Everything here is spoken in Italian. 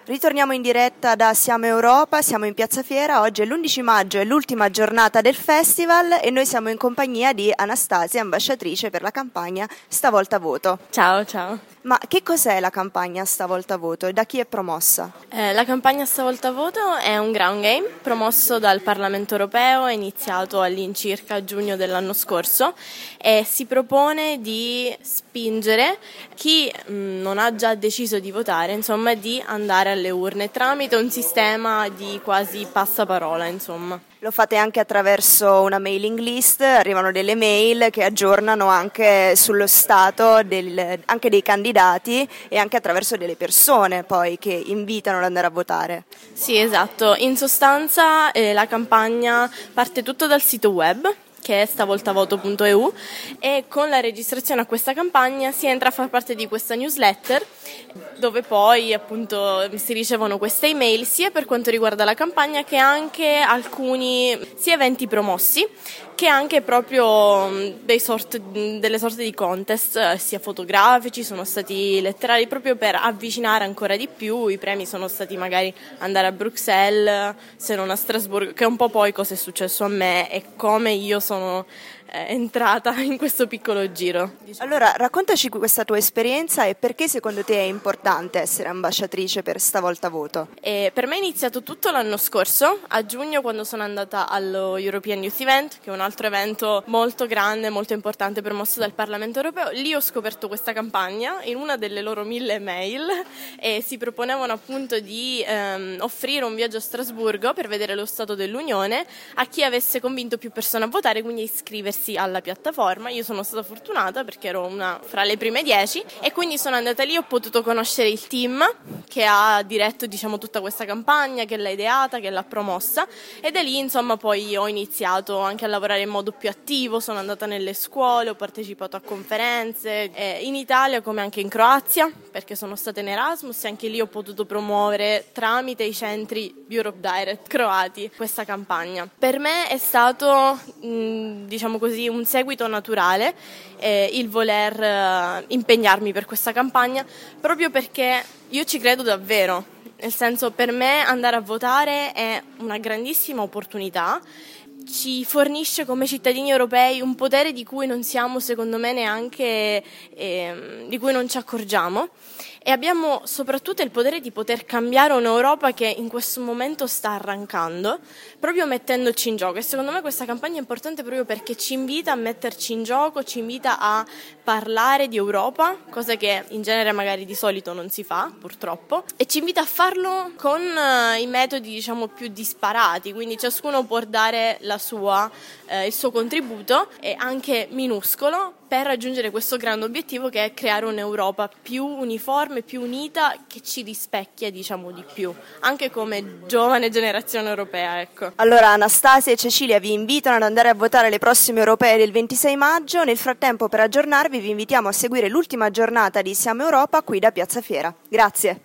Ritorniamo in diretta da Siamo Europa, siamo in Piazza Fiera, oggi è l'11 maggio, è l'ultima giornata del festival e noi siamo in compagnia di Anastasia, ambasciatrice per la campagna Stavolta Voto. Ciao, ciao. Ma che cos'è la campagna Stavolta Voto e da chi è promossa? La campagna Stavolta Voto è un ground game promosso dal Parlamento Europeo, è iniziato all'incirca a giugno dell'anno scorso e si propone di spingere chi non ha già deciso di votare, insomma, di andare alle urne tramite un sistema di quasi passaparola, insomma. Lo fate anche attraverso una mailing list, arrivano delle mail che aggiornano anche sullo stato anche dei candidati e anche attraverso delle persone poi che invitano ad andare a votare. Sì, esatto. In sostanza la campagna parte tutto dal sito web, che è stavoltavoto.eu, e con la registrazione a questa campagna si entra a far parte di questa newsletter dove poi appunto si ricevono queste email sia per quanto riguarda la campagna che anche alcuni sia eventi promossi che anche proprio delle sorte di contest sia fotografici, sono stati letterari proprio per avvicinare ancora di più. I premi sono stati magari andare a Bruxelles, se non a Strasburgo, che è un po' poi cosa è successo a me e come io sono entrata in questo piccolo giro. Allora, raccontaci questa tua esperienza e perché secondo te è importante essere ambasciatrice per Stavolta Voto. Per me è iniziato tutto l'anno scorso, a giugno, quando sono andata allo European Youth Event, che è un altro evento molto grande, molto importante, promosso dal Parlamento Europeo. Lì ho scoperto questa campagna in una delle loro 1000 mail e si proponevano appunto di offrire un viaggio a Strasburgo per vedere lo Stato dell'Unione a chi avesse convinto più persone a votare, quindi iscriversi alla piattaforma. Io sono stata fortunata perché ero una fra le prime 10 e quindi sono andata lì, ho potuto conoscere il team che ha diretto, diciamo, tutta questa campagna, che l'ha ideata, che l'ha promossa, e da lì insomma poi ho iniziato anche a lavorare in modo più attivo, sono andata nelle scuole, ho partecipato a conferenze in Italia come anche in Croazia perché sono stata in Erasmus e anche lì ho potuto promuovere tramite i centri Europe Direct croati questa campagna. Per me è stato diciamo così un seguito naturale il voler impegnarmi per questa campagna, proprio perché io ci credo davvero, nel senso, per me andare a votare è una grandissima opportunità, ci fornisce come cittadini europei un potere di cui non siamo, secondo me, neanche di cui non ci accorgiamo, e abbiamo soprattutto il potere di poter cambiare un'Europa che in questo momento sta arrancando, proprio mettendoci in gioco. E secondo me questa campagna è importante proprio perché ci invita a metterci in gioco, ci invita a parlare di Europa, cosa che in genere magari di solito non si fa, purtroppo, e ci invita a farlo con i metodi, diciamo, più disparati, quindi ciascuno può dare il suo contributo, e anche minuscolo, per raggiungere questo grande obiettivo che è creare un'Europa più uniforme, più unita, che ci rispecchia, diciamo, di più, anche come giovane generazione europea, ecco. Allora, Anastasia e Cecilia vi invitano ad andare a votare alle prossime europee del 26 maggio. Nel frattempo, per aggiornarvi, vi invitiamo a seguire l'ultima giornata di Siamo Europa qui da Piazza Fiera. Grazie.